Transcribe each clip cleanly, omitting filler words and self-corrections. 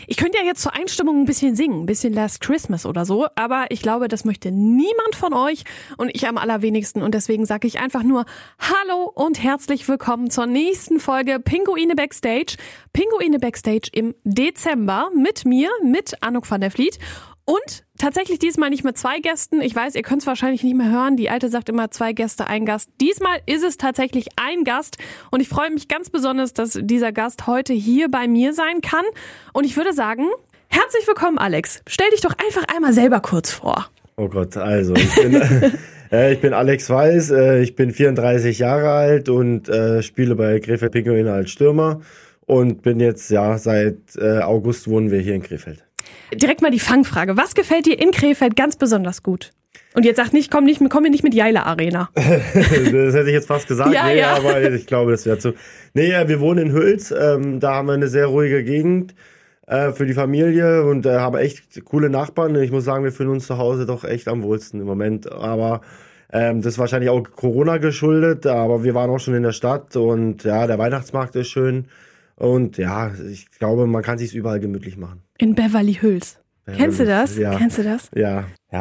Ich könnte ja jetzt zur Einstimmung ein bisschen singen, ein bisschen Last Christmas oder so, aber ich glaube, das möchte niemand von euch und ich am allerwenigsten. Und deswegen sage ich einfach nur Hallo und herzlich willkommen zur nächsten Folge Pinguine Backstage. Pinguine Backstage im Dezember mit mir, mit Anouk van der Vliet. Und tatsächlich diesmal nicht mit 2 Gästen. Ich weiß, ihr könnt es wahrscheinlich nicht mehr hören. Die Alte sagt immer 2 Gäste, 1 Gast. Diesmal ist es tatsächlich ein Gast. Und ich freue mich ganz besonders, dass dieser Gast heute hier bei mir sein kann. Und ich würde sagen, herzlich willkommen, Alex. Stell dich doch einfach einmal selber kurz vor. Oh Gott, also ich bin Alex Weiß, ich bin 34 Jahre alt und spiele bei Krefeld Pinguine als Stürmer. Und bin jetzt, seit August wohnen wir hier in Krefeld. Direkt mal die Fangfrage. Was gefällt dir in Krefeld ganz besonders gut? Und jetzt sag nicht, komm mir nicht mit Jeile Arena. Das hätte ich jetzt fast gesagt. Ja. Aber ich glaube, das wäre zu. Wir wohnen in Hüls. Da haben wir eine sehr ruhige Gegend für die Familie und haben echt coole Nachbarn. Ich muss sagen, wir fühlen uns zu Hause doch echt am wohlsten im Moment. Aber das ist wahrscheinlich auch Corona geschuldet. Aber wir waren auch schon in der Stadt und der Weihnachtsmarkt ist schön. Und ich glaube, man kann sich's überall gemütlich machen. In Beverly Hills. Kennst du das? Ja. Kennst du das? Ja,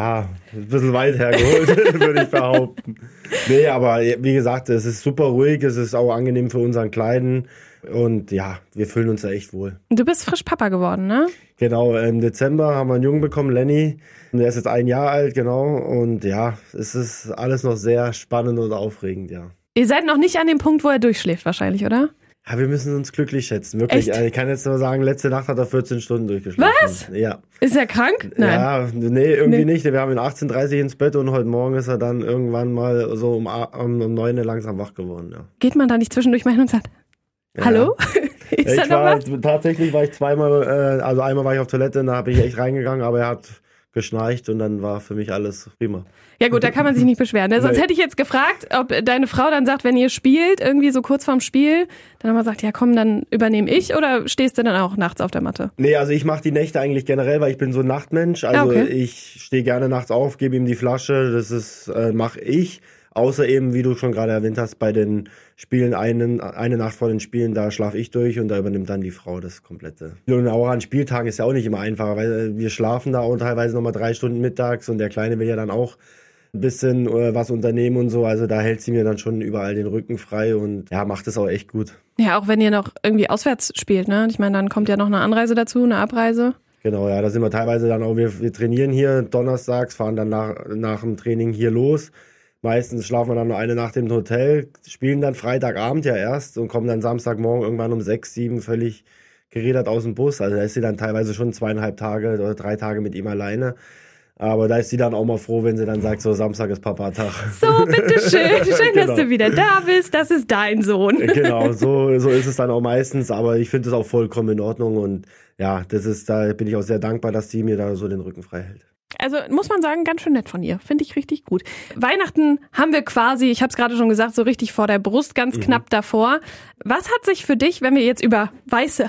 ein bisschen weit hergeholt, würde ich behaupten. Nee, aber wie gesagt, es ist super ruhig, es ist auch angenehm für unseren Kleinen. Und wir fühlen uns da echt wohl. Du bist frisch Papa geworden, ne? Genau, im Dezember haben wir einen Jungen bekommen, Lenny. Der ist jetzt 1 Jahr alt, genau. Und es ist alles noch sehr spannend und aufregend, ja. Ihr seid noch nicht an dem Punkt, wo er durchschläft wahrscheinlich, oder? Ja, wir müssen uns glücklich schätzen, wirklich. Echt? Ich kann jetzt nur sagen, letzte Nacht hat er 14 Stunden durchgeschlafen. Was? Ja. Ist er krank? Nein. Ja, nee, irgendwie nicht. Wir haben ihn 18:30 ins Bett und heute Morgen ist er dann irgendwann mal so um 9 langsam wach geworden, ja. Geht man da nicht zwischendurch mal hin und sagt, hallo? Ist da noch was? Tatsächlich war ich zweimal, einmal war ich auf Toilette und da habe ich echt reingegangen, aber er hat geschnarcht und dann war für mich alles prima. Ja gut, da kann man sich nicht beschweren. Ne? Sonst Nee. hätte ich jetzt gefragt, ob deine Frau dann sagt, wenn ihr spielt, irgendwie so kurz vorm Spiel, dann haben wir gesagt, ja komm, dann übernehme ich oder stehst du dann auch nachts auf der Matte? Nee, also ich mache die Nächte eigentlich generell, weil ich bin so ein Nachtmensch. Also Okay. Ich stehe gerne nachts auf, gebe ihm die Flasche, das ist mache ich. Außer eben, wie du schon gerade erwähnt hast, bei den Spielen, eine Nacht vor den Spielen, da schlafe ich durch und da übernimmt dann die Frau das Komplette. Und auch an Spieltagen ist ja auch nicht immer einfacher, weil wir schlafen da auch teilweise nochmal 3 Stunden mittags und der Kleine will ja dann auch ein bisschen was unternehmen und so. Also da hält sie mir dann schon überall den Rücken frei und macht es auch echt gut. Ja, auch wenn ihr noch irgendwie auswärts spielt, ne? Ich meine, dann kommt ja noch eine Anreise dazu, eine Abreise. Genau, da sind wir teilweise dann auch, wir trainieren hier donnerstags, fahren dann nach dem Training hier los. Meistens schlafen wir dann noch eine Nacht im Hotel, spielen dann Freitagabend erst und kommen dann Samstagmorgen irgendwann um 6, 7 völlig gerädert aus dem Bus. Also da ist sie dann teilweise schon 2,5 Tage oder 3 Tage mit ihm alleine. Aber da ist sie dann auch mal froh, wenn sie dann sagt, so Samstag ist Papa-Tag. So, bitteschön. Schön, Genau. dass du wieder da bist. Das ist dein Sohn. Genau, so ist es dann auch meistens. Aber ich finde es auch vollkommen in Ordnung. Und da bin ich auch sehr dankbar, dass sie mir da so den Rücken frei hält. Also muss man sagen, ganz schön nett von ihr. Finde ich richtig gut. Weihnachten haben wir quasi, ich habe es gerade schon gesagt, so richtig vor der Brust, ganz knapp davor. Was hat sich für dich, wenn wir jetzt über weiße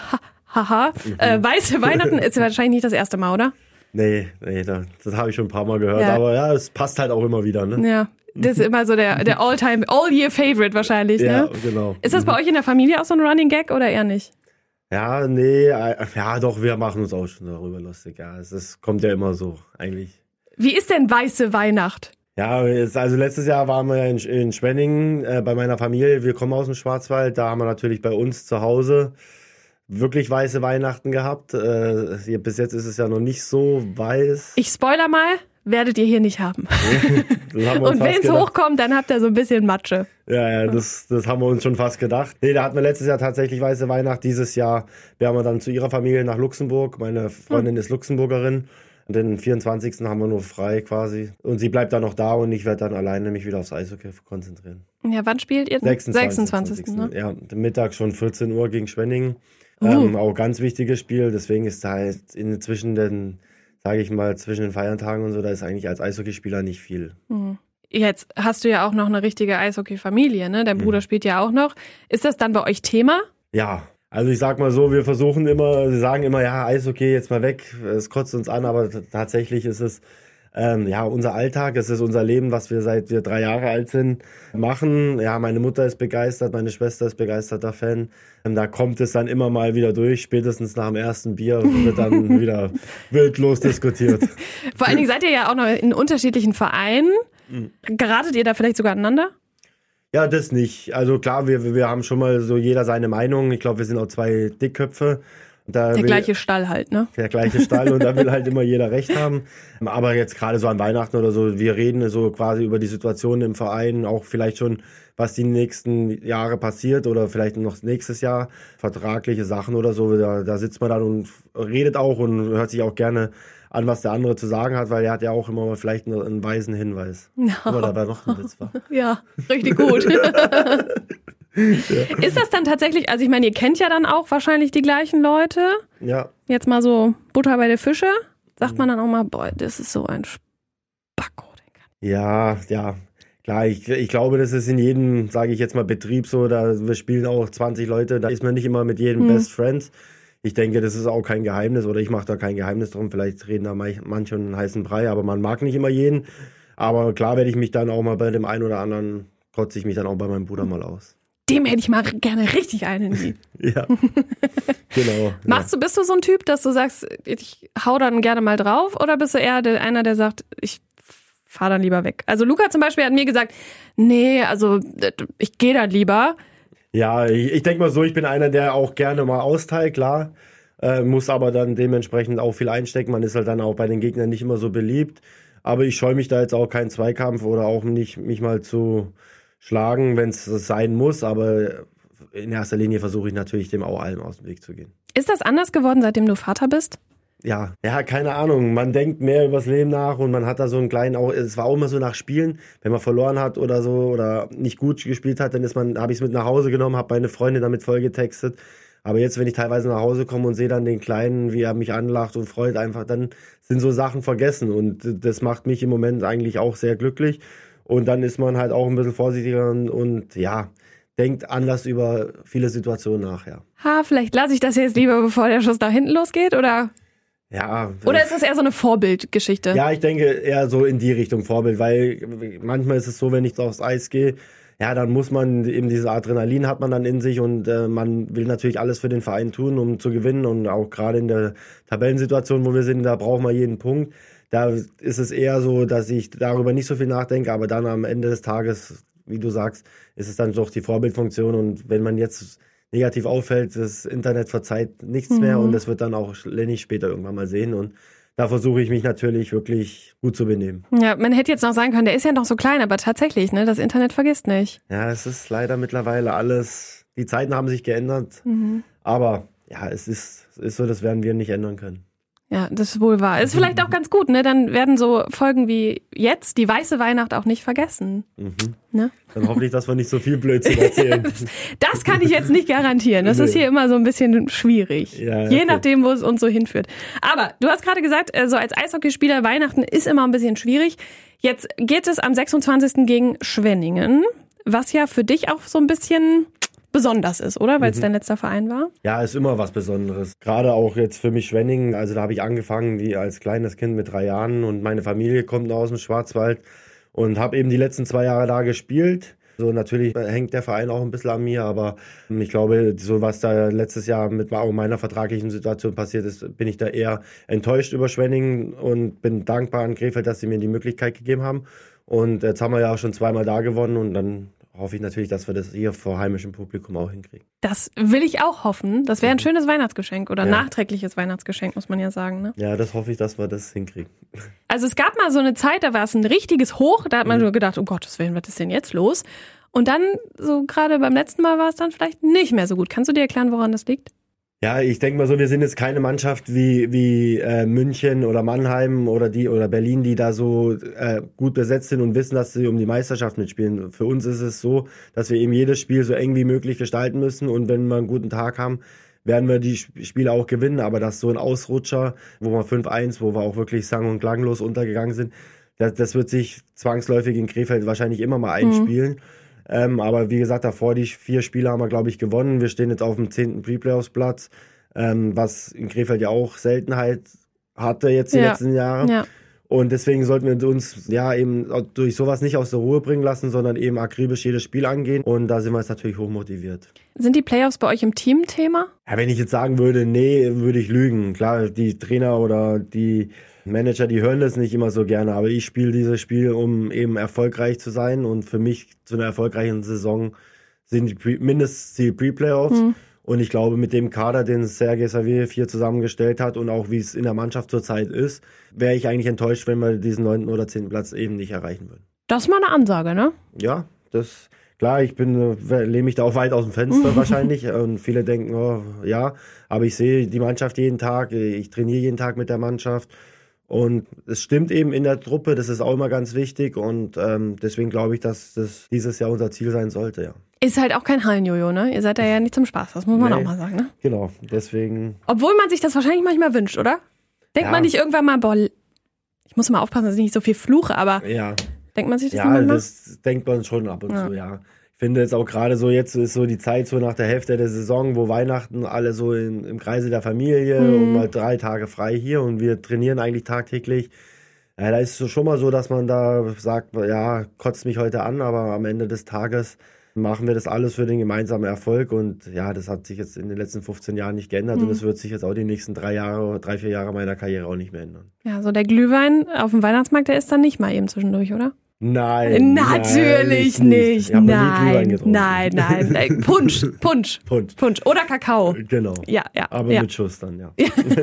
Weihnachten, ist wahrscheinlich nicht das erste Mal, oder? Nee, das habe ich schon ein paar Mal gehört. Ja. Aber es passt halt auch immer wieder, ne? Ja, das ist immer so der All-Year-Favorite wahrscheinlich, Ja, ne? genau. Ist das bei euch in der Familie auch so ein Running Gag oder eher nicht? Ja, nee, doch, wir machen uns auch schon darüber lustig. Ja, es kommt ja immer so, eigentlich. Wie ist denn weiße Weihnacht? Ja, also letztes Jahr waren wir in Schwenningen bei meiner Familie. Wir kommen aus dem Schwarzwald. Da haben wir natürlich bei uns zu Hause wirklich weiße Weihnachten gehabt. Bis jetzt ist es ja noch nicht so weiß. Ich spoiler mal, werdet ihr hier nicht haben. Das haben wir uns Und wenn fast es gedacht. hochkommt, dann habt ihr so ein bisschen Matsche. Ja, das haben wir uns schon fast gedacht. Nee, da hatten wir letztes Jahr tatsächlich weiße Weihnacht. Dieses Jahr wären wir dann zu ihrer Familie nach Luxemburg. Meine Freundin ist Luxemburgerin. Und den 24. haben wir nur frei quasi. Und sie bleibt dann noch da und ich werde dann alleine mich wieder aufs Eishockey konzentrieren. Ja, wann spielt ihr? 26. Ne? Ja, Mittag schon 14 Uhr gegen Schwenningen. Auch ganz wichtiges Spiel. Deswegen ist da halt zwischen den Feiertagen und so, da ist eigentlich als Eishockeyspieler nicht viel. Jetzt hast du ja auch noch eine richtige Eishockey-Familie, ne? Dein Bruder spielt ja auch noch. Ist das dann bei euch Thema? Ja, also ich sag mal so, wir sagen immer, ja, Eishockey jetzt mal weg, es kotzt uns an, aber tatsächlich ist es Unser Alltag, es ist unser Leben, was wir seit wir 3 Jahre alt sind, machen. Ja, meine Mutter ist begeistert, meine Schwester ist begeisterter Fan. Da kommt es dann immer mal wieder durch, spätestens nach dem ersten Bier wird dann wieder wildlos diskutiert. Vor allen Dingen seid ihr ja auch noch in unterschiedlichen Vereinen. Geratet ihr da vielleicht sogar aneinander? Ja, das nicht. Also klar, wir haben schon mal so jeder seine Meinung. Ich glaube, wir sind auch 2 Dickköpfe. Der gleiche Stall halt, ne? Der gleiche Stall und da will halt immer jeder recht haben. Aber jetzt gerade so an Weihnachten oder so, wir reden so quasi über die Situation im Verein, auch vielleicht schon, was die nächsten Jahre passiert oder vielleicht noch nächstes Jahr, vertragliche Sachen oder so. Da sitzt man dann und redet auch und hört sich auch gerne an, was der andere zu sagen hat, weil er hat ja auch immer mal vielleicht einen weisen Hinweis. No. Aber da war noch ein Witz. Ja, richtig gut. Ja. Ist das dann tatsächlich, also ich meine, ihr kennt ja dann auch wahrscheinlich die gleichen Leute. Ja. Jetzt mal so Butter bei der Fische. Sagt man dann auch mal, boah, das ist so ein Spacko. Ja, klar, ich glaube, das ist in jedem, sage ich jetzt mal, Betrieb so, wir spielen auch 20 Leute, da ist man nicht immer mit jedem Best Friends. Ich denke, das ist auch kein Geheimnis oder ich mache da kein Geheimnis drum, vielleicht reden da manche einen heißen Brei, aber man mag nicht immer jeden. Aber klar werde ich mich dann auch mal bei dem einen oder anderen, kotze ich mich dann auch bei meinem Bruder mal aus. Dem hätte ich mal gerne richtig einen. Ja, genau. Bist du so ein Typ, dass du sagst, ich hau dann gerne mal drauf? Oder bist du eher einer, der sagt, ich fahr dann lieber weg? Also Luca zum Beispiel hat mir gesagt, nee, also ich gehe dann lieber. Ja, ich denke mal so, ich bin einer, der auch gerne mal austeilt, klar. Muss aber dann dementsprechend auch viel einstecken. Man ist halt dann auch bei den Gegnern nicht immer so beliebt. Aber ich scheue mich da jetzt auch keinen Zweikampf oder auch nicht, mich mal zu schlagen, wenn es sein muss, aber in erster Linie versuche ich natürlich dem auch allem aus dem Weg zu gehen. Ist das anders geworden, seitdem du Vater bist? Ja, keine Ahnung. Man denkt mehr übers Leben nach und man hat da so einen kleinen, es war auch immer so nach Spielen, wenn man verloren hat oder so oder nicht gut gespielt hat, dann habe ich es mit nach Hause genommen, habe meine Freunde damit vollgetextet. Aber jetzt, wenn ich teilweise nach Hause komme und sehe dann den Kleinen, wie er mich anlacht und freut einfach, dann sind so Sachen vergessen und das macht mich im Moment eigentlich auch sehr glücklich. Und dann ist man halt auch ein bisschen vorsichtiger und ja, denkt anders über viele Situationen nach, ja. Vielleicht lasse ich das jetzt lieber, bevor der Schuss nach hinten losgeht, oder? Ja. Oder ist das eher so eine Vorbildgeschichte? Ja, ich denke eher so in die Richtung Vorbild, weil manchmal ist es so, wenn ich aufs Eis gehe, ja, dann muss man eben dieses Adrenalin hat man dann in sich und man will natürlich alles für den Verein tun, um zu gewinnen und auch gerade in der Tabellensituation, wo wir sind, da brauchen wir jeden Punkt. Da ist es eher so, dass ich darüber nicht so viel nachdenke, aber dann am Ende des Tages, wie du sagst, ist es dann doch die Vorbildfunktion und wenn man jetzt negativ auffällt, das Internet verzeiht nichts mehr und das wird dann auch Lenny später irgendwann mal sehen und da versuche ich mich natürlich wirklich gut zu benehmen. Ja, man hätte jetzt noch sagen können, der ist ja noch so klein, aber tatsächlich, ne, das Internet vergisst nicht. Ja, es ist leider mittlerweile alles, die Zeiten haben sich geändert, aber ja, es ist so, das werden wir nicht ändern können. Ja, das ist wohl wahr. Ist vielleicht auch ganz gut, ne? Dann werden so Folgen wie jetzt, die weiße Weihnacht, auch nicht vergessen. Ne? Dann hoffe ich, dass wir nicht so viel Blödsinn erzählen. Das kann ich jetzt nicht garantieren. Das ist hier immer so ein bisschen schwierig. Ja, je nachdem, wo es uns so hinführt. Aber du hast gerade gesagt, so als Eishockeyspieler, Weihnachten ist immer ein bisschen schwierig. Jetzt geht es am 26. gegen Schwenningen, was ja für dich auch so ein bisschen besonders ist, oder? Weil es dein letzter Verein war? Ja, ist immer was Besonderes. Gerade auch jetzt für mich Schwenningen. Also da habe ich angefangen wie als kleines Kind mit 3 Jahren und meine Familie kommt aus dem Schwarzwald und habe eben die letzten 2 Jahre da gespielt. So natürlich hängt der Verein auch ein bisschen an mir, aber ich glaube, so was da letztes Jahr mit meiner vertraglichen Situation passiert ist, bin ich da eher enttäuscht über Schwenningen und bin dankbar an Krefeld, dass sie mir die Möglichkeit gegeben haben. Und jetzt haben wir ja auch schon 2-mal da gewonnen und dann hoffe ich natürlich, dass wir das hier vor heimischem Publikum auch hinkriegen. Das will ich auch hoffen. Das wäre ein schönes Weihnachtsgeschenk oder nachträgliches Weihnachtsgeschenk, muss man ja sagen. Ne? Ja, das hoffe ich, dass wir das hinkriegen. Also es gab mal so eine Zeit, da war es ein richtiges Hoch. Da hat man nur gedacht, oh Gottes Willen, was ist denn jetzt los? Und dann, so gerade beim letzten Mal, war es dann vielleicht nicht mehr so gut. Kannst du dir erklären, woran das liegt? Ja, ich denke mal so, wir sind jetzt keine Mannschaft wie München oder Mannheim oder Berlin, die da so gut besetzt sind und wissen, dass sie um die Meisterschaft mitspielen. Für uns ist es so, dass wir eben jedes Spiel so eng wie möglich gestalten müssen und wenn wir einen guten Tag haben, werden wir die Spiele auch gewinnen. Aber das ist so ein Ausrutscher, wo wir 5-1, wo wir auch wirklich sang- und klanglos untergegangen sind, das wird sich zwangsläufig in Krefeld wahrscheinlich immer mal einspielen. Aber wie gesagt, davor die 4 Spiele haben wir, glaube ich, gewonnen. Wir stehen jetzt auf dem 10. Pre-Playoffs-Platz, was in Krefeld ja auch Seltenheit hatte jetzt die letzten Jahre. Ja. Und deswegen sollten wir uns ja eben durch sowas nicht aus der Ruhe bringen lassen, sondern eben akribisch jedes Spiel angehen. Und da sind wir jetzt natürlich hochmotiviert. Sind die Playoffs bei euch im Team Thema? Ja, wenn ich jetzt sagen würde, nee, würde ich lügen. Klar, die Trainer oder die Manager, die hören das nicht immer so gerne. Aber ich spiele dieses Spiel, um eben erfolgreich zu sein. Und für mich zu einer erfolgreichen Saison sind mindestens die Pre-Playoffs. Und ich glaube, mit dem Kader, den Sergej Saviev hier zusammengestellt hat und auch wie es in der Mannschaft zurzeit ist, wäre ich eigentlich enttäuscht, wenn wir diesen 9. oder 10. Platz eben nicht erreichen würden. Das ist mal eine Ansage, ne? Ja, das klar, ich lehne mich da auch weit aus dem Fenster wahrscheinlich. Und viele denken, oh, ja, aber ich sehe die Mannschaft jeden Tag, ich trainiere jeden Tag mit der Mannschaft. Und es stimmt eben in der Truppe, das ist auch immer ganz wichtig. Und deswegen glaube ich, dass das dieses Jahr unser Ziel sein sollte, ja. Ist halt auch kein Hallenjojo, ne? Ihr seid da ja nicht zum Spaß, das muss man auch mal sagen, ne? Genau, deswegen. Obwohl man sich das wahrscheinlich manchmal wünscht, oder? Denkt man nicht irgendwann mal, boah, ich muss mal aufpassen, dass ich nicht so viel fluche, aber denkt man sich das manchmal? Ja, das denkt man schon ab und zu, ja. Ich finde jetzt auch gerade so, jetzt ist so die Zeit so nach der Hälfte der Saison, wo Weihnachten alle so im Kreise der Familie und mal 3 Tage frei hier und wir trainieren eigentlich tagtäglich. Ja, da ist es schon mal so, dass man da sagt, ja, kotzt mich heute an, aber am Ende des Tages machen wir das alles für den gemeinsamen Erfolg und ja, das hat sich jetzt in den letzten 15 Jahren nicht geändert und es wird sich jetzt auch die nächsten 3, 4 Jahre meiner Karriere auch nicht mehr ändern. Ja, so der Glühwein auf dem Weihnachtsmarkt, der ist dann nicht mal eben zwischendurch, oder? Nein. Natürlich nicht. Nein. Punsch. Oder Kakao. Genau. Ja. Aber mit Schuss dann, ja.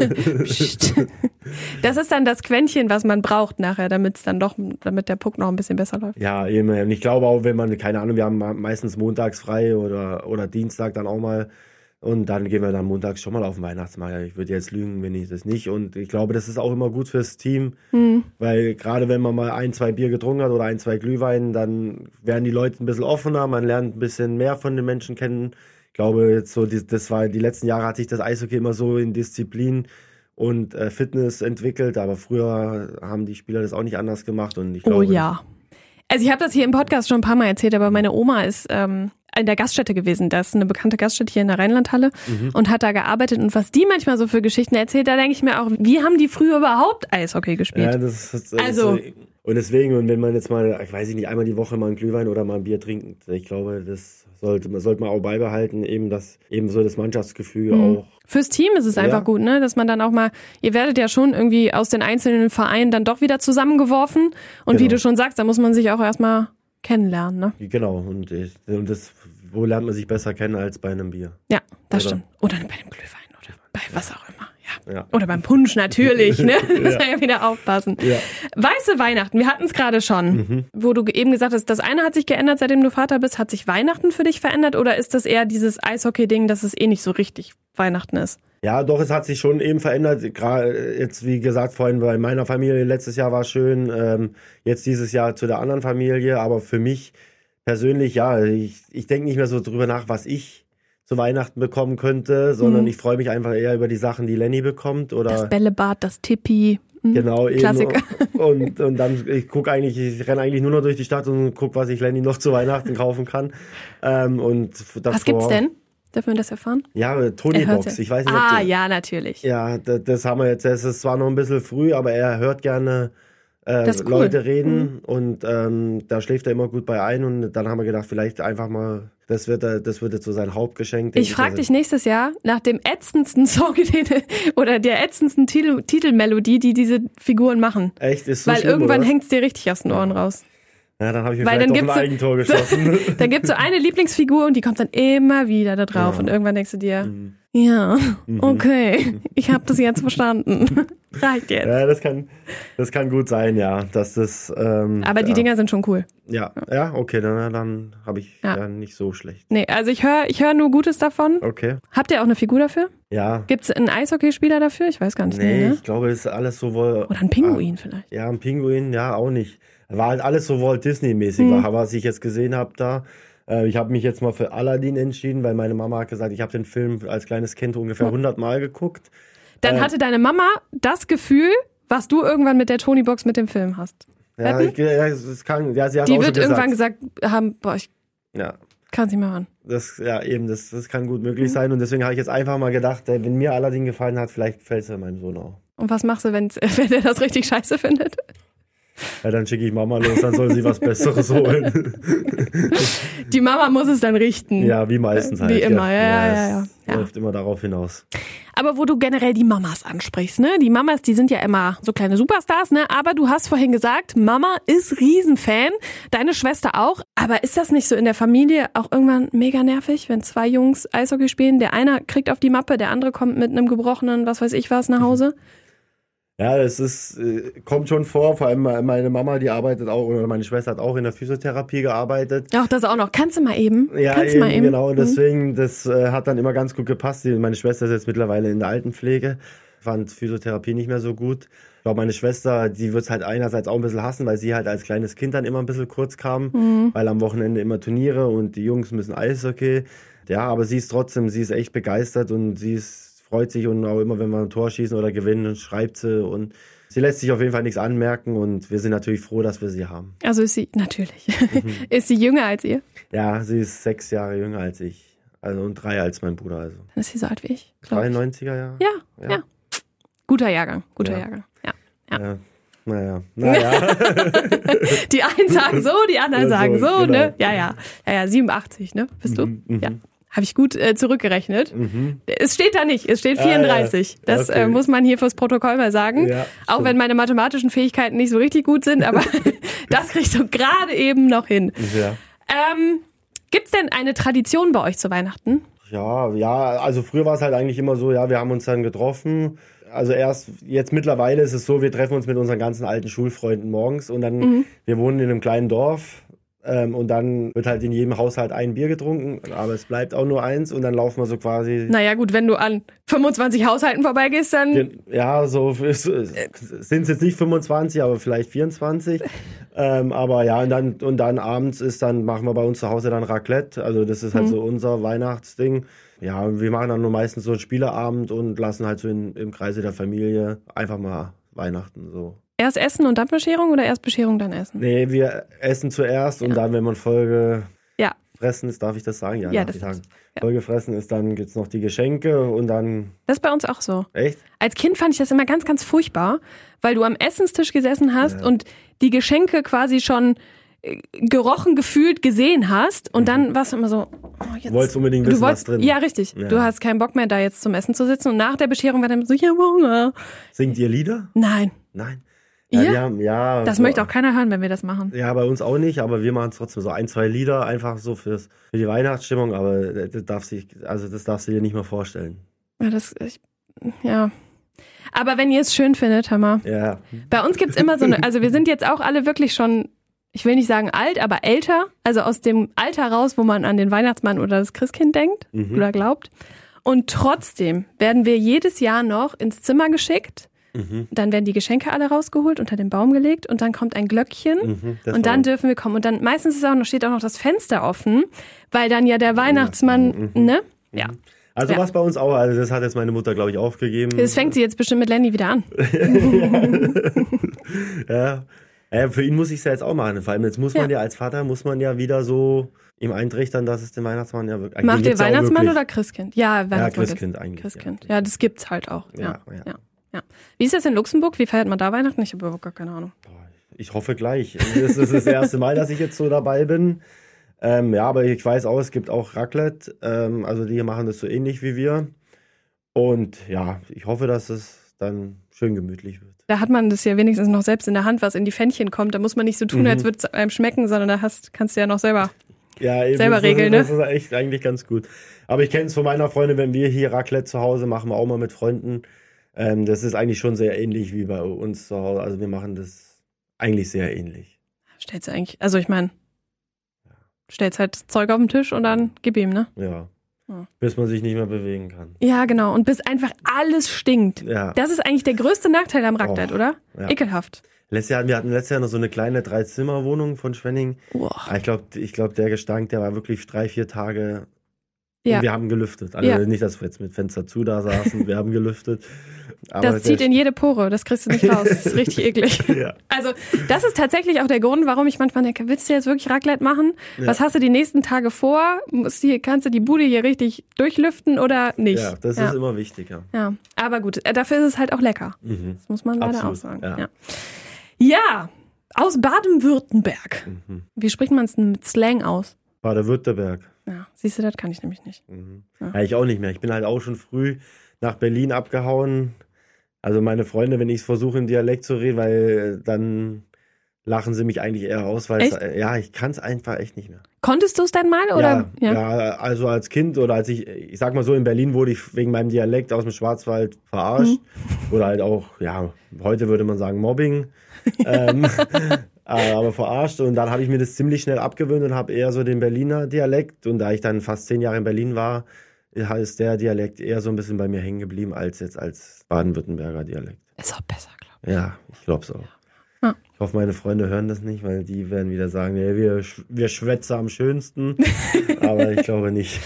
Das ist dann das Quäntchen, was man braucht nachher, damit der Puck noch ein bisschen besser läuft. Ja, eben. Und ich glaube auch, wenn man, keine Ahnung, wir haben meistens montags frei oder Dienstag dann auch mal. Und dann gehen wir dann montags schon mal auf den Weihnachtsmarkt. Ich würde jetzt lügen, wenn ich das nicht. Und ich glaube, das ist auch immer gut fürs Team. Weil gerade wenn man mal 1, 2 Bier getrunken hat oder 1, 2 Glühwein, dann werden die Leute ein bisschen offener. Man lernt ein bisschen mehr von den Menschen kennen. Ich glaube, jetzt so, das war die letzten Jahre hat sich das Eishockey immer so in Disziplin und Fitness entwickelt. Aber früher haben die Spieler das auch nicht anders gemacht. Und ich glaube, oh ja. Also ich habe das hier im Podcast schon ein paar Mal erzählt, aber meine Oma ist in der Gaststätte gewesen. Das ist eine bekannte Gaststätte hier in der Rheinlandhalle und hat da gearbeitet. Und was die manchmal so für Geschichten erzählt, da denke ich mir auch, wie haben die früher überhaupt Eishockey gespielt? Ja, das ist also. Und deswegen, und wenn man jetzt mal, ich weiß nicht, einmal die Woche mal einen Glühwein oder mal ein Bier trinkt, ich glaube, das sollte man auch beibehalten, eben so das Mannschaftsgefüge auch. Fürs Team ist es einfach gut, ne, dass man dann auch mal, ihr werdet ja schon irgendwie aus den einzelnen Vereinen dann doch wieder zusammengeworfen und wie du schon sagst, da muss man sich auch erstmal kennenlernen, ne? Genau, und wo lernt man sich besser kennen als bei einem Bier? Ja, das stimmt. Oder bei einem Glühwein oder bei was auch immer. Ja. Oder beim Punsch natürlich, ne? Muss man ja wieder aufpassen. Ja. Weiße Weihnachten, wir hatten es gerade schon, wo du eben gesagt hast, das eine hat sich geändert, seitdem du Vater bist. Hat sich Weihnachten für dich verändert oder ist das eher dieses Eishockey-Ding, dass es nicht so richtig Weihnachten ist? Ja, doch, es hat sich schon eben verändert. Gerade jetzt, wie gesagt, vorhin bei meiner Familie, letztes Jahr war schön, jetzt dieses Jahr zu der anderen Familie. Aber für mich persönlich, ja, ich denke nicht mehr so drüber nach, was ich zu Weihnachten bekommen könnte, sondern ich freue mich einfach eher über die Sachen, die Lenny bekommt. Oder das Bällebad, das Tippi. Genau, eben. Klassiker. Und dann, ich renne eigentlich nur noch durch die Stadt und gucke, was ich Lenny noch zu Weihnachten kaufen kann. Was gibt's denn? Dürfen wir das erfahren? Ja, Tonybox. Ich weiß nicht, ja, natürlich. Ja, das haben wir jetzt. Es ist zwar noch ein bisschen früh, aber er hört gerne Leute reden und da schläft er immer gut bei ein und dann haben wir gedacht, vielleicht einfach mal, das wird jetzt so sein Hauptgeschenk. Ich frage dich nächstes Jahr nach dem ätzendsten Song oder der ätzendsten Titelmelodie, die diese Figuren machen. Echt? Ist so weil schlimm, irgendwann oder? hängt's dir richtig aus den Ohren raus. Ja, dann habe ich mir vielleicht doch ein Eigentor geschossen. Dann gibt's so eine Lieblingsfigur und die kommt dann immer wieder da drauf und irgendwann denkst du dir, ja, okay, ich habe das jetzt verstanden. Reicht jetzt. Ja, das kann gut sein, ja. Dass das, aber die Dinger sind schon cool. Ja, okay, dann habe ich nicht so schlecht. Nee, also ich hör nur Gutes davon. Okay. Habt ihr auch eine Figur dafür? Ja. Gibt's einen Eishockeyspieler dafür? Ich weiß gar nicht. Nee, ne? ich glaube, es ist alles so wohl. Oder ein Pinguin vielleicht. Ja, ein Pinguin, ja, auch nicht. War halt alles so Walt Disney-mäßig, was ich jetzt gesehen habe da. Ich habe mich jetzt mal für Aladdin entschieden, weil meine Mama hat gesagt, ich habe den Film als kleines Kind ungefähr 100 Mal geguckt. Dann hatte deine Mama das Gefühl, was du irgendwann mit der Tonybox mit dem Film hast. Ja, es kann, ja, sie hat die auch wird schon irgendwann gesagt haben, boah, ja. Kann sie machen. Das kann gut möglich sein. Und deswegen habe ich jetzt einfach mal gedacht, wenn mir Aladdin gefallen hat, vielleicht gefällt es ja meinem Sohn auch. Und was machst du, wenn er das richtig scheiße findet? Ja, dann schicke ich Mama los, dann soll sie was Besseres holen. Die Mama muss es dann richten. Ja, wie meistens halt. Wie immer, ja. Läuft immer darauf hinaus. Aber wo du generell die Mamas ansprichst, ne? Die Mamas, die sind ja immer so kleine Superstars, ne? Aber du hast vorhin gesagt, Mama ist Riesenfan, deine Schwester auch. Aber ist das nicht so in der Familie auch irgendwann mega nervig, wenn 2 Jungs Eishockey spielen? Der eine kriegt auf die Mappe, der andere kommt mit einem gebrochenen, was weiß ich was, nach Hause? Ja, kommt schon vor, vor allem meine Mama, die arbeitet auch, oder meine Schwester hat auch in der Physiotherapie gearbeitet. Auch das auch noch. Kannst du mal eben? Ja, eben, genau. Und deswegen, das hat dann immer ganz gut gepasst. Meine Schwester ist jetzt mittlerweile in der Altenpflege, fand Physiotherapie nicht mehr so gut. Ich glaube, meine Schwester, die wird es halt einerseits auch ein bisschen hassen, weil sie halt als kleines Kind dann immer ein bisschen kurz kam, weil am Wochenende immer Turniere und die Jungs müssen Eishockey. Ja, aber sie ist echt begeistert und freut sich und auch immer, wenn wir ein Tor schießen oder gewinnen, schreibt sie und sie lässt sich auf jeden Fall nichts anmerken und wir sind natürlich froh, dass wir sie haben. Also ist sie, natürlich. Ist sie jünger als ihr? Ja, sie ist 6 Jahre jünger als ich. Also und 3 als mein Bruder. Also. Dann ist sie so alt wie ich. 93er Jahre? Ja. Guter Jahrgang. Ja. Naja. Die einen sagen so, die anderen sagen so, genau. Ne? Ja, 87, ne? Bist du? Ja. Habe ich gut zurückgerechnet. Es steht da nicht, es steht 34. Das muss man hier fürs Protokoll mal sagen. Ja, auch wenn meine mathematischen Fähigkeiten nicht so richtig gut sind, aber das kriegst du gerade eben noch hin. Ja. Gibt's denn eine Tradition bei euch zu Weihnachten? Ja, also früher war es halt eigentlich immer so, ja, wir haben uns dann getroffen. Also jetzt mittlerweile ist es so, wir treffen uns mit unseren ganzen alten Schulfreunden morgens und dann, wir wohnen in einem kleinen Dorf. Und dann wird halt in jedem Haushalt ein Bier getrunken, aber es bleibt auch nur eins und dann laufen wir so quasi... Naja gut, wenn du an 25 Haushalten vorbeigehst, dann... Ja, so sind es jetzt nicht 25, aber vielleicht 24. Aber ja, und dann abends machen wir bei uns zu Hause dann Raclette, also das ist halt so unser Weihnachtsding. Ja, wir machen dann nur meistens so einen Spieleabend und lassen halt so im Kreise der Familie einfach mal Weihnachten so. Erst essen und dann Bescherung oder erst Bescherung, dann essen? Nee, wir essen zuerst und dann, wenn man Folge fressen ist, darf ich das sagen? Ja, das sagen. Ja. Folge fressen ist, dann gibt's noch die Geschenke und dann... Das ist bei uns auch so. Echt? Als Kind fand ich das immer ganz, ganz furchtbar, weil du am Essenstisch gesessen hast und die Geschenke quasi schon gerochen, gefühlt, gesehen hast und dann warst du immer so... Oh, jetzt. Du wolltest unbedingt wissen, was drin ist. Ja, richtig. Ja. Du hast keinen Bock mehr, da jetzt zum Essen zu sitzen und nach der Bescherung war dann so, ich habe Hunger. Singt ihr Lieder? Nein. Ja, das möchte auch keiner hören, wenn wir das machen. Ja, bei uns auch nicht, aber wir machen es trotzdem so 1, 2 Lieder, einfach so für die Weihnachtsstimmung, aber das darfst du dir nicht mal vorstellen. Ja, aber wenn ihr es schön findet, Hammer. Ja. Bei uns gibt's immer so also wir sind jetzt auch alle wirklich schon, ich will nicht sagen alt, aber älter, also aus dem Alter raus, wo man an den Weihnachtsmann oder das Christkind denkt oder glaubt. Und trotzdem werden wir jedes Jahr noch ins Zimmer geschickt. Dann werden die Geschenke alle rausgeholt, unter den Baum gelegt und dann kommt ein Glöckchen und dann dürfen wir kommen. Und dann meistens steht auch noch das Fenster offen, weil dann ja der Weihnachtsmann, ne? Ja. Also was bei uns auch, also das hat jetzt meine Mutter, glaube ich, aufgegeben. Das fängt sie jetzt bestimmt mit Lenny wieder an. Ja, für ihn muss ich es ja jetzt auch machen. Vor allem jetzt muss man ja als Vater, wieder so ihm eintrichtern, dass es den Weihnachtsmann ja wirklich... Macht ihr Weihnachtsmann oder Christkind? Ja, Weihnachtsmann. Ja, Christkind eigentlich. Christkind. Ja, das gibt's halt auch. Ja. Wie ist das in Luxemburg? Wie feiert man da Weihnachten? Ich habe überhaupt gar keine Ahnung. Ich hoffe gleich. Das ist das erste Mal, dass ich jetzt so dabei bin. Aber ich weiß auch, es gibt auch Raclette. Also die machen das so ähnlich wie wir. Und ja, ich hoffe, dass es dann schön gemütlich wird. Da hat man das ja wenigstens noch selbst in der Hand, was in die Pfännchen kommt. Da muss man nicht so tun, als würde es einem schmecken, sondern da kannst du ja noch selber regeln. Das ist echt eigentlich ganz gut. Aber ich kenne es von meiner Freundin, wenn wir hier Raclette zu Hause machen, wir auch mal mit Freunden. Das ist eigentlich schon sehr ähnlich wie bei uns zu Hause. Also wir machen das eigentlich sehr ähnlich. Stellst halt Zeug auf den Tisch und dann gib ihm, ne? Ja. Bis man sich nicht mehr bewegen kann. Ja, genau. Und bis einfach alles stinkt. Ja. Das ist eigentlich der größte Nachteil am Raclette, oder? Ja. Ekelhaft. Wir hatten letztes Jahr noch so eine kleine 3-Zimmer-Wohnung von Schwenning. Ich glaube, der Gestank, der war wirklich 3-4 Tage. Ja. Und wir haben gelüftet. Also nicht, dass wir jetzt mit Fenster zu da saßen. Wir haben gelüftet. Aber das zieht in jede Pore, das kriegst du nicht raus. Das ist richtig eklig. Ja. Also das ist tatsächlich auch der Grund, warum ich manchmal denke, willst du jetzt wirklich Raclette machen? Ja. Was hast du die nächsten Tage vor? Kannst du die Bude hier richtig durchlüften oder nicht? Ja, das ist immer wichtig, ja. Ja, aber gut, dafür ist es halt auch lecker. Das muss man leider Absolut, auch sagen. ja. Ja, aus Baden-Württemberg. Wie spricht man es denn mit Slang aus? Baden-Württemberg. Ja, siehst du, das kann ich nämlich nicht. Ja, ich auch nicht mehr. Ich bin halt auch schon früh nach Berlin abgehauen. Also meine Freunde, wenn ich es versuche im Dialekt zu reden, weil dann lachen sie mich eigentlich eher aus, weil ich kann es einfach echt nicht mehr. Konntest du es denn mal? Oder? Ja, also als Kind oder als ich sag mal so, in Berlin wurde ich wegen meinem Dialekt aus dem Schwarzwald verarscht. Oder halt auch, heute würde man sagen Mobbing. Aber verarscht. Und dann habe ich mir das ziemlich schnell abgewöhnt und habe eher so den Berliner Dialekt. Und da ich dann fast 10 Jahre in Berlin war, ist der Dialekt eher so ein bisschen bei mir hängen geblieben als jetzt als Baden-Württemberger Dialekt. Ist auch besser, glaube ich. Ja, ich glaube es auch. Ja. Ich hoffe, meine Freunde hören das nicht, weil die werden wieder sagen, nee, wir schwätzen am schönsten. Aber ich glaube nicht.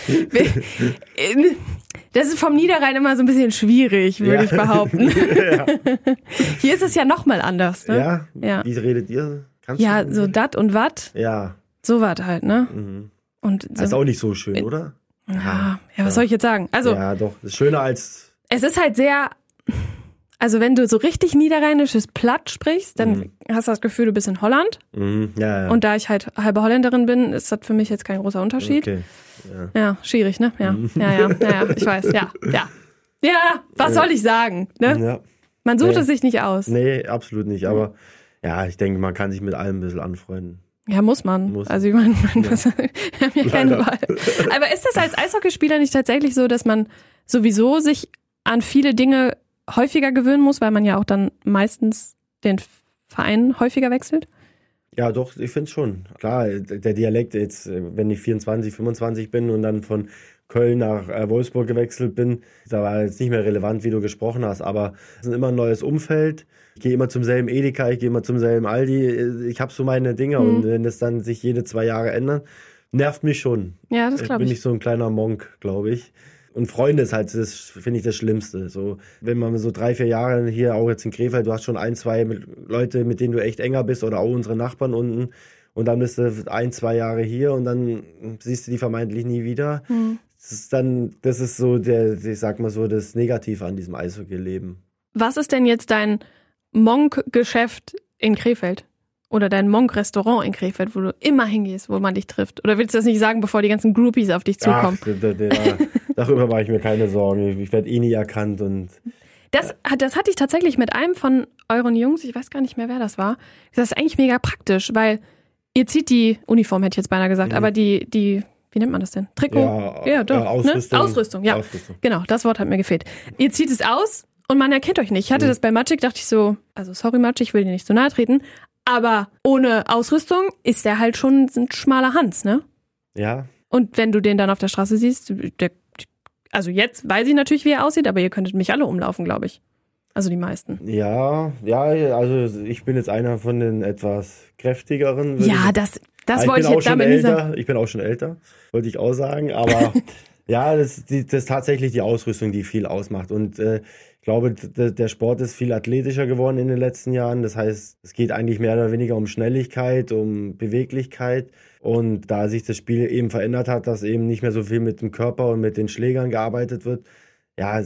Das ist vom Niederrhein immer so ein bisschen schwierig, würde ich behaupten. Ja. Hier ist es ja nochmal anders, ne? Ja? Wie redet ihr? Ja, so dat und wat. Ja. So wat halt, ne? Und so, Das ist auch nicht so schön, oder? Ja, was soll ich jetzt sagen? Also, ja, doch. Das ist schöner als... Es ist halt sehr... Also wenn du so richtig niederrheinisches Platt sprichst, dann hast du das Gefühl, du bist in Holland. Ja. Und da ich halt halbe Holländerin bin, ist das für mich jetzt kein großer Unterschied. Okay. Ja, schwierig, ne? Ja, ich weiß, ja. Ja, was soll ich sagen, ne? Ja. Man sucht es sich nicht aus. Nee, absolut nicht. Aber ja, ich denke, man kann sich mit allem ein bisschen anfreunden. Ja, muss man. Also ich meine, wir haben ja keine Wahl. Aber ist das als Eishockeyspieler nicht tatsächlich so, dass man sowieso sich an viele Dinge häufiger gewöhnen muss, weil man ja auch dann meistens den Verein häufiger wechselt? Ja, doch, ich finde es schon. Klar, der Dialekt jetzt, wenn ich 24, 25 bin und dann von Köln nach Wolfsburg gewechselt bin, da war jetzt nicht mehr relevant, wie du gesprochen hast, aber es ist immer ein neues Umfeld. Ich gehe immer zum selben Edeka, ich gehe immer zum selben Aldi. Ich habe so meine Dinge und wenn das dann sich jede 2 Jahre ändert, nervt mich schon. Ja, das glaube ich. Bin ich so ein kleiner Monk, glaube ich. Und Freunde ist halt, das finde ich das Schlimmste. So, wenn man so 3, 4 Jahre hier, auch jetzt in Krefeld, du hast schon 1, 2 Leute, mit denen du echt enger bist oder auch unsere Nachbarn unten. Und dann bist du 1, 2 Jahre hier und dann siehst du die vermeintlich nie wieder. Das ist so ich sag mal so, das Negative an diesem Eishockey-Leben. Was ist denn jetzt dein Monk-Geschäft in Krefeld? Oder dein Monk-Restaurant in Krefeld, wo du immer hingehst, wo man dich trifft? Oder willst du das nicht sagen, bevor die ganzen Groupies auf dich zukommen? Darüber mache ich mir keine Sorgen. Ich werde nie erkannt. Und das hatte ich tatsächlich mit einem von euren Jungs, ich weiß gar nicht mehr, wer das war. Das ist eigentlich mega praktisch, weil ihr zieht die Uniform, hätte ich jetzt beinahe gesagt, aber die, wie nennt man das denn? Trikot? Ja, doch. Ausrüstung. Ne? Ausrüstung, ja. Genau, das Wort hat mir gefehlt. Ihr zieht es aus und man erkennt euch nicht. Ich hatte das bei Maciek, dachte ich so, also sorry Maciek, ich will dir nicht so nahe treten, aber ohne Ausrüstung ist der halt schon ein schmaler Hans, ne? Ja. Und wenn du den dann auf der Straße siehst, also jetzt weiß ich natürlich, wie er aussieht, aber ihr könntet mich alle umlaufen, glaube ich. Also die meisten. Ja, also ich bin jetzt einer von den etwas kräftigeren. Ja, das wollte ich jetzt damit nicht sagen. Ich bin auch schon älter, wollte ich auch sagen, aber ja, das ist tatsächlich die Ausrüstung, die viel ausmacht. Und ich glaube, der Sport ist viel athletischer geworden in den letzten Jahren. Das heißt, es geht eigentlich mehr oder weniger um Schnelligkeit, um Beweglichkeit. Und da sich das Spiel eben verändert hat, dass eben nicht mehr so viel mit dem Körper und mit den Schlägern gearbeitet wird, ja,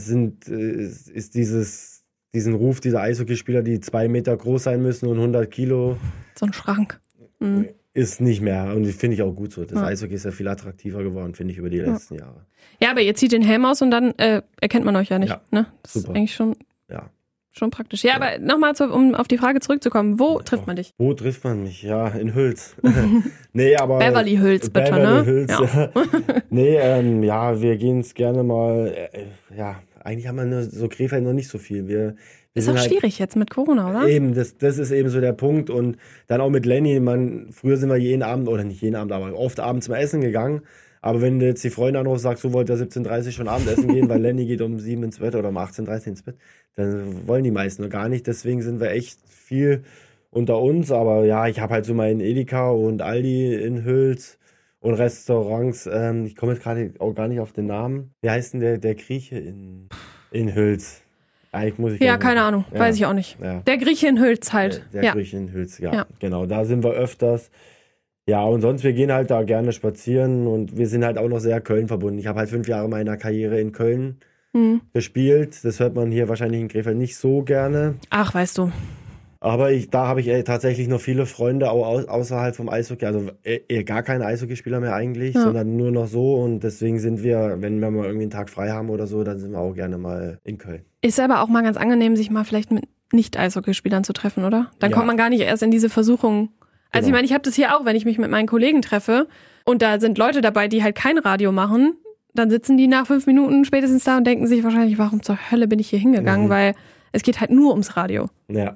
ist diesen Ruf dieser Eishockeyspieler, die 2 Meter groß sein müssen und 100 Kilo. So ein Schrank. Ist nicht mehr. Und das finde ich auch gut so. Das Eishockey ist ja viel attraktiver geworden, finde ich, über die letzten Jahre. Ja, aber ihr zieht den Helm aus und dann erkennt man euch ja nicht. Ja, ne? Das super. ist eigentlich schon praktisch. Ja, aber nochmal, um auf die Frage zurückzukommen. Wo trifft man dich? Wo trifft man mich? Ja, in Hüls. Nee, aber Beverly Hills, bitte, Beverly ne? Hills, ja. Nee, wir gehen es gerne mal, eigentlich haben wir so Krefeld noch nicht so viel. Wir ist auch schwierig jetzt mit Corona, oder? Eben, das ist eben so der Punkt. Und dann auch mit Lenny, früher sind wir jeden Abend, oder nicht jeden Abend, aber oft abends mal essen gegangen. Aber wenn du jetzt die Freunde anrufst, sagst, du wolltest 17:30 schon Abendessen gehen, weil Lenny geht um 7 ins Bett oder um 18:30 ins Bett, dann wollen die meisten noch gar nicht. Deswegen sind wir echt viel unter uns. Aber ja, ich habe halt so meinen Edeka und Aldi in Hüls und Restaurants. Ich komme jetzt gerade auch gar nicht auf den Namen. Wie heißt denn der Grieche in Hüls? Eigentlich muss ich Ja, keine Ahnung, weiß ich auch nicht. Ja. Der Grieche in Hülz halt. Der Grieche in Hülz, ja. Genau, da sind wir öfters. Ja, und sonst, wir gehen halt da gerne spazieren und wir sind halt auch noch sehr Köln verbunden. Ich habe halt 5 Jahre meiner Karriere in Köln gespielt. Das hört man hier wahrscheinlich in Krefeld nicht so gerne. Ach, weißt du. Aber da habe ich tatsächlich noch viele Freunde auch außerhalb vom Eishockey. Also gar keine Eishockeyspieler mehr eigentlich, sondern nur noch so. Und deswegen sind wir, wenn wir mal irgendwie einen Tag frei haben oder so, dann sind wir auch gerne mal in Köln. Ist aber auch mal ganz angenehm, sich mal vielleicht mit Nicht-Eishockeyspielern zu treffen, oder? Dann kommt man gar nicht erst in diese Versuchung. Also ich meine, ich habe das hier auch, wenn ich mich mit meinen Kollegen treffe und da sind Leute dabei, die halt kein Radio machen, dann sitzen die nach 5 Minuten spätestens da und denken sich wahrscheinlich, warum zur Hölle bin ich hier hingegangen, weil es geht halt nur ums Radio. Ja,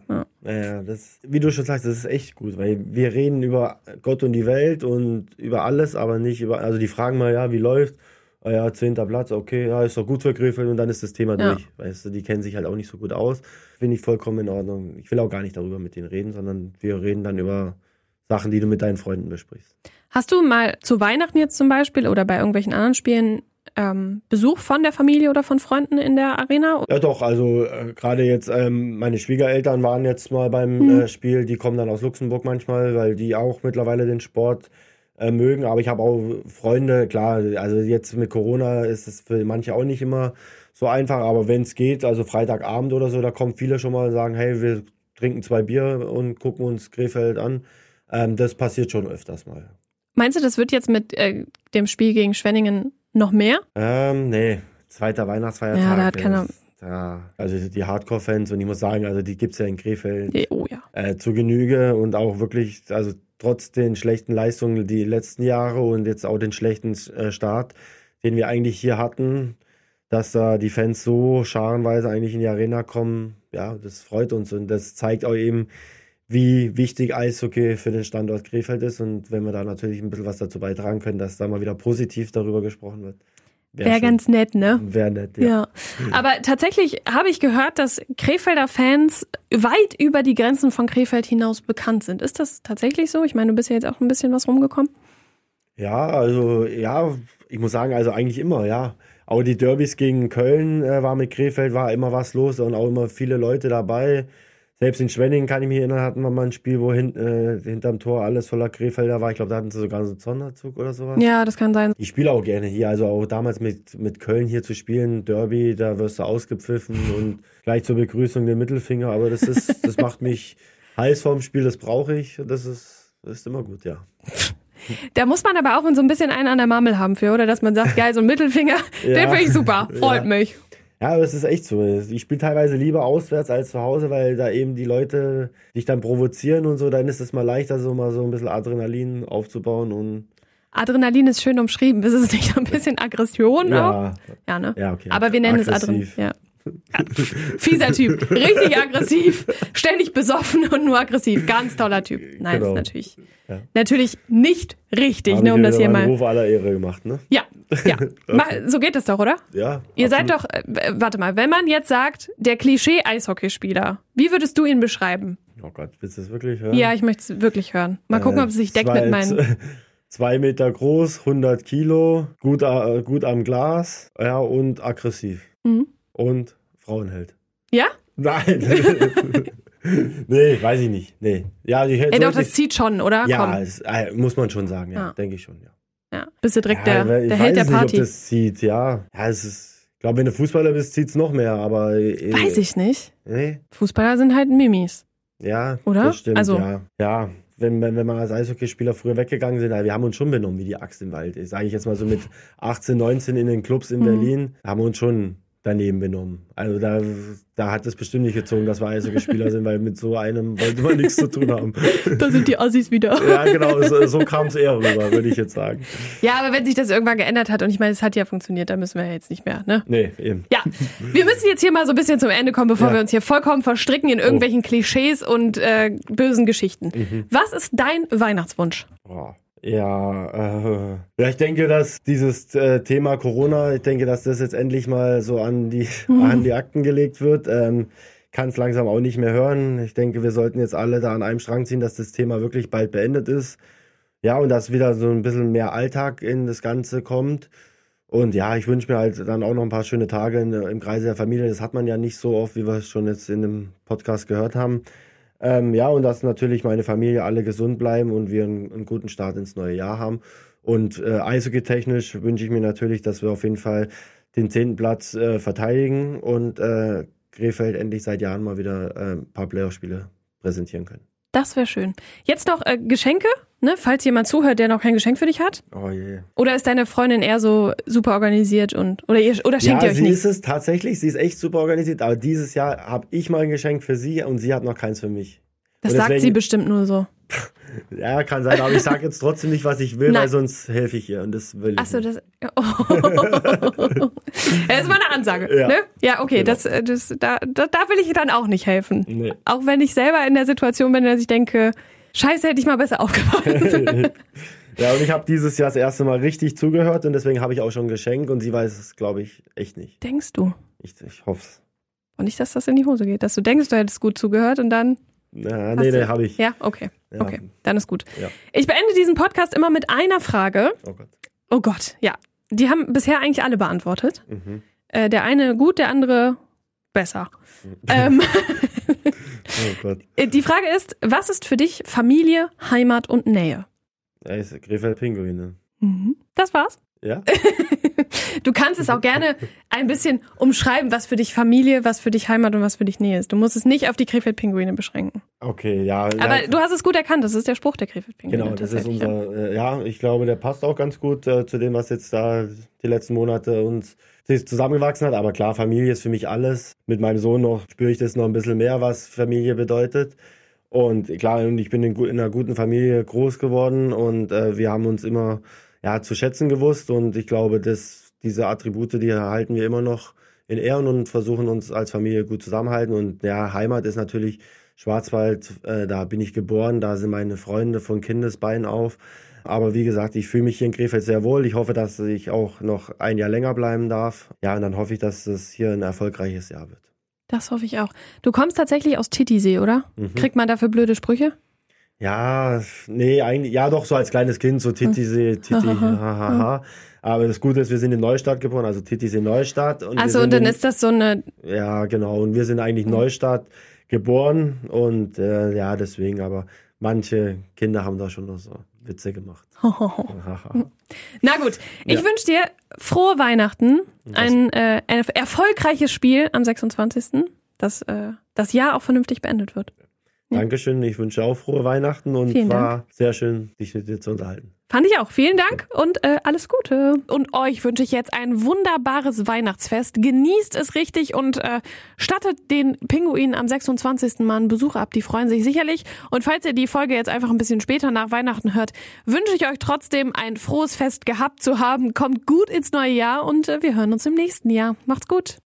das, wie du schon sagst, das ist echt gut, weil wir reden über Gott und die Welt und über alles, aber nicht über, also die fragen mal, ja, wie läuft? Ja, 10. Platz, okay, ja, ist doch gut für Krefeld und dann ist das Thema durch. Weißt du, die kennen sich halt auch nicht so gut aus. Finde ich vollkommen in Ordnung. Ich will auch gar nicht darüber mit denen reden, sondern wir reden dann über Sachen, die du mit deinen Freunden besprichst. Hast du mal zu Weihnachten jetzt zum Beispiel oder bei irgendwelchen anderen Spielen Besuch von der Familie oder von Freunden in der Arena? Ja doch, also gerade jetzt meine Schwiegereltern waren jetzt mal beim Spiel, die kommen dann aus Luxemburg manchmal, weil die auch mittlerweile den Sport mögen, aber ich habe auch Freunde, klar, also jetzt mit Corona ist es für manche auch nicht immer so einfach, aber wenn es geht, also Freitagabend oder so, da kommen viele schon mal und sagen, hey, wir trinken 2 Bier und gucken uns Krefeld an. Das passiert schon öfters mal. Meinst du, das wird jetzt mit dem Spiel gegen Schwenningen noch mehr? Nee, 2. Weihnachtsfeiertag. Ja, da hat keiner... Ja, also die Hardcore-Fans, und ich muss sagen, also die gibt's ja in Krefeld ja. Zu Genüge und auch wirklich, also trotz den schlechten Leistungen die letzten Jahre und jetzt auch den schlechten Start, den wir eigentlich hier hatten, dass da die Fans so scharenweise eigentlich in die Arena kommen, ja, das freut uns und das zeigt auch eben, wie wichtig Eishockey für den Standort Krefeld ist und wenn wir da natürlich ein bisschen was dazu beitragen können, dass da mal wieder positiv darüber gesprochen wird. Wäre ganz nett, ne? Wäre nett, ja. Aber tatsächlich habe ich gehört, dass Krefelder Fans weit über die Grenzen von Krefeld hinaus bekannt sind. Ist das tatsächlich so? Ich meine, du bist ja jetzt auch ein bisschen was rumgekommen. Ja, also, ja, ich muss sagen, also eigentlich immer, ja. Auch die Derbys gegen Köln war mit Krefeld, war immer was los und auch immer viele Leute dabei. Selbst in Schwenningen, kann ich mich erinnern, hatten wir mal ein Spiel, wo hinterm Tor alles voller Krefelder war. Ich glaube, da hatten sie sogar so einen Sonderzug oder sowas. Ja, das kann sein. Ich spiele auch gerne hier. Also auch damals mit Köln hier zu spielen, Derby, da wirst du ausgepfiffen und gleich zur Begrüßung den Mittelfinger. Aber das macht mich heiß vorm Spiel, das brauche ich. Und das ist immer gut, ja. Da muss man aber auch so ein bisschen einen an der Marmel haben für, oder? Dass man sagt, geil, so ein Mittelfinger, den finde ich super, freut mich. Ja, aber es ist echt so. Ich spiele teilweise lieber auswärts als zu Hause, weil da eben die Leute dich dann provozieren und so. Dann ist es mal leichter, so mal so ein bisschen Adrenalin aufzubauen. Und Adrenalin ist schön umschrieben. Ist es nicht ein bisschen Aggression auch? Ja, ne? Ja, okay. Aber wir nennen es Adrenalin. Ja. Fieser Typ. Richtig aggressiv. Ständig besoffen und nur aggressiv. Ganz toller Typ. Nein, genau. Das ist natürlich nicht richtig, ne, um das hier mal. Ruf aller Ehre gemacht, ne? Ja. So geht es doch, oder? Ja. Ihr seid doch, warte mal, wenn man jetzt sagt, der Klischee-Eishockeyspieler, wie würdest du ihn beschreiben? Oh Gott, willst du das wirklich hören? Ja, ich möchte es wirklich hören. Mal gucken, ob es sich deckt mit meinen... 2 Meter groß, 100 Kilo, gut am Glas, ja, und aggressiv. Mhm. Und Frauenheld. Ja? Nein. Nee, weiß ich nicht. Nee. Ja, doch, das zieht schon, oder? Ja, muss man schon sagen, ja. Denke ich schon, ja. Ja, bist du direkt der Held der Party. Ich weiß nicht, ob das zieht, ja. Ja, es ist, ich glaube, wenn du Fußballer bist, zieht's noch mehr, aber... Weiß ich nicht. Nee. Fußballer sind halt Mimis. Ja, oder? Das stimmt, also. Ja. Wenn wir als Eishockeyspieler früher weggegangen sind, wir haben uns schon benommen wie die Axt im Wald. Sage ich jetzt mal so mit 18, 19 in den Clubs in Berlin, haben wir uns schon daneben benommen. Also da hat es bestimmt nicht gezogen, dass wir Eishockeyspieler sind, weil mit so einem wollte man nichts zu tun haben. Da sind die Assis wieder. Ja, genau, so kam es eher rüber, würde ich jetzt sagen. Ja, aber wenn sich das irgendwann geändert hat, und ich meine, es hat ja funktioniert, da müssen wir ja jetzt nicht mehr, ne? Nee, eben. Ja, wir müssen jetzt hier mal so ein bisschen zum Ende kommen, bevor wir uns hier vollkommen verstricken in irgendwelchen Klischees und bösen Geschichten. Was ist dein Weihnachtswunsch? Ja, ich denke, dass dieses Thema Corona, ich denke, dass das jetzt endlich mal so an die Akten gelegt wird. Kann es langsam auch nicht mehr hören. Ich denke, wir sollten jetzt alle da an einem Strang ziehen, dass das Thema wirklich bald beendet ist. Ja, und dass wieder so ein bisschen mehr Alltag in das Ganze kommt. Und ja, ich wünsche mir halt dann auch noch ein paar schöne Tage im Kreise der Familie. Das hat man ja nicht so oft, wie wir es schon jetzt in dem Podcast gehört haben. Ja, und dass natürlich meine Familie alle gesund bleiben und wir einen guten Start ins neue Jahr haben. Und eishockey-technisch wünsche ich mir natürlich, dass wir auf jeden Fall den 10. Platz verteidigen und Krefeld endlich seit Jahren mal wieder ein paar Playoff-Spiele präsentieren können. Das wäre schön. Jetzt noch Geschenke, ne? Falls jemand zuhört, der noch kein Geschenk für dich hat. Oh je. Oder ist deine Freundin eher so super organisiert oder schenkt ihr euch sie nicht? ist es tatsächlich. Sie ist echt super organisiert. Aber dieses Jahr habe ich mal ein Geschenk für sie und sie hat noch keins für mich. Das sagt sie bestimmt nur so. Ja, kann sein, aber ich sage jetzt trotzdem nicht, was ich will, weil sonst helfe ich ihr und das will ich Ach so, nicht. das ist mal eine Ansage, Ja. ne? Ja, okay, Genau. da will ich dann auch nicht helfen. Nee. Auch wenn ich selber in der Situation bin, dass ich denke, Scheiße, hätte ich mal besser aufgepasst. Ja, und ich habe dieses Jahr das erste Mal richtig zugehört und deswegen habe ich auch schon ein Geschenk und sie weiß es, glaube ich, echt nicht. Denkst du? Ich hoffe es. Und nicht, dass das in die Hose geht, dass du denkst, du hättest gut zugehört und dann... Nee, habe ich. Ja, okay. Ja. Okay, dann ist gut. Ja. Ich beende diesen Podcast immer mit einer Frage. Oh Gott. Oh Gott, ja. Die haben bisher eigentlich alle beantwortet. Mhm. Der eine gut, der andere besser. Oh Gott. Die Frage ist, was ist für dich Familie, Heimat und Nähe? Ja, ist Krefeld Pinguine. Das war's. Ja? Du kannst es auch gerne ein bisschen umschreiben, was für dich Familie, was für dich Heimat und was für dich Nähe ist. Du musst es nicht auf die Krefeld-Pinguine beschränken. Okay, ja. Aber du hast es gut erkannt, das ist der Spruch der Krefeld-Pinguine. Genau, das ist tatsächlich, unser, ja, ich glaube, der passt auch ganz gut zu dem, was jetzt da die letzten Monate uns zusammengewachsen hat. Aber klar, Familie ist für mich alles. Mit meinem Sohn spüre ich das noch ein bisschen mehr, was Familie bedeutet. Und klar, ich bin in einer guten Familie groß geworden und wir haben uns immer zu schätzen gewusst. Und ich glaube, diese Attribute, die halten wir immer noch in Ehren und versuchen uns als Familie gut zusammenhalten. Und ja, Heimat ist natürlich Schwarzwald, da bin ich geboren, da sind meine Freunde von Kindesbeinen auf. Aber wie gesagt, ich fühle mich hier in Krefeld sehr wohl. Ich hoffe, dass ich auch noch ein Jahr länger bleiben darf. Ja, und dann hoffe ich, dass es hier ein erfolgreiches Jahr wird. Das hoffe ich auch. Du kommst tatsächlich aus Titisee, oder? Kriegt man dafür blöde Sprüche? Ja, nee, eigentlich, ja doch, so als kleines Kind, so Titisee, hahaha. Aber das Gute ist, wir sind in Neustadt geboren, also Titisee Neustadt. Also und dann ist das so eine... Ja, genau, und wir sind eigentlich Neustadt geboren und ja, deswegen, aber manche Kinder haben da schon noch so Witze gemacht. Na gut, ich wünsche dir frohe Weihnachten, ein erfolgreiches Spiel am 26., dass das Jahr auch vernünftig beendet wird. Ja. Dankeschön, ich wünsche auch frohe Weihnachten und war sehr schön, dich mit dir zu unterhalten. Fand ich auch. Vielen Dank und alles Gute. Und euch wünsche ich jetzt ein wunderbares Weihnachtsfest. Genießt es richtig und stattet den Pinguinen am 26. Mal einen Besuch ab. Die freuen sich sicherlich. Und falls ihr die Folge jetzt einfach ein bisschen später nach Weihnachten hört, wünsche ich euch trotzdem ein frohes Fest gehabt zu haben. Kommt gut ins neue Jahr und wir hören uns im nächsten Jahr. Macht's gut.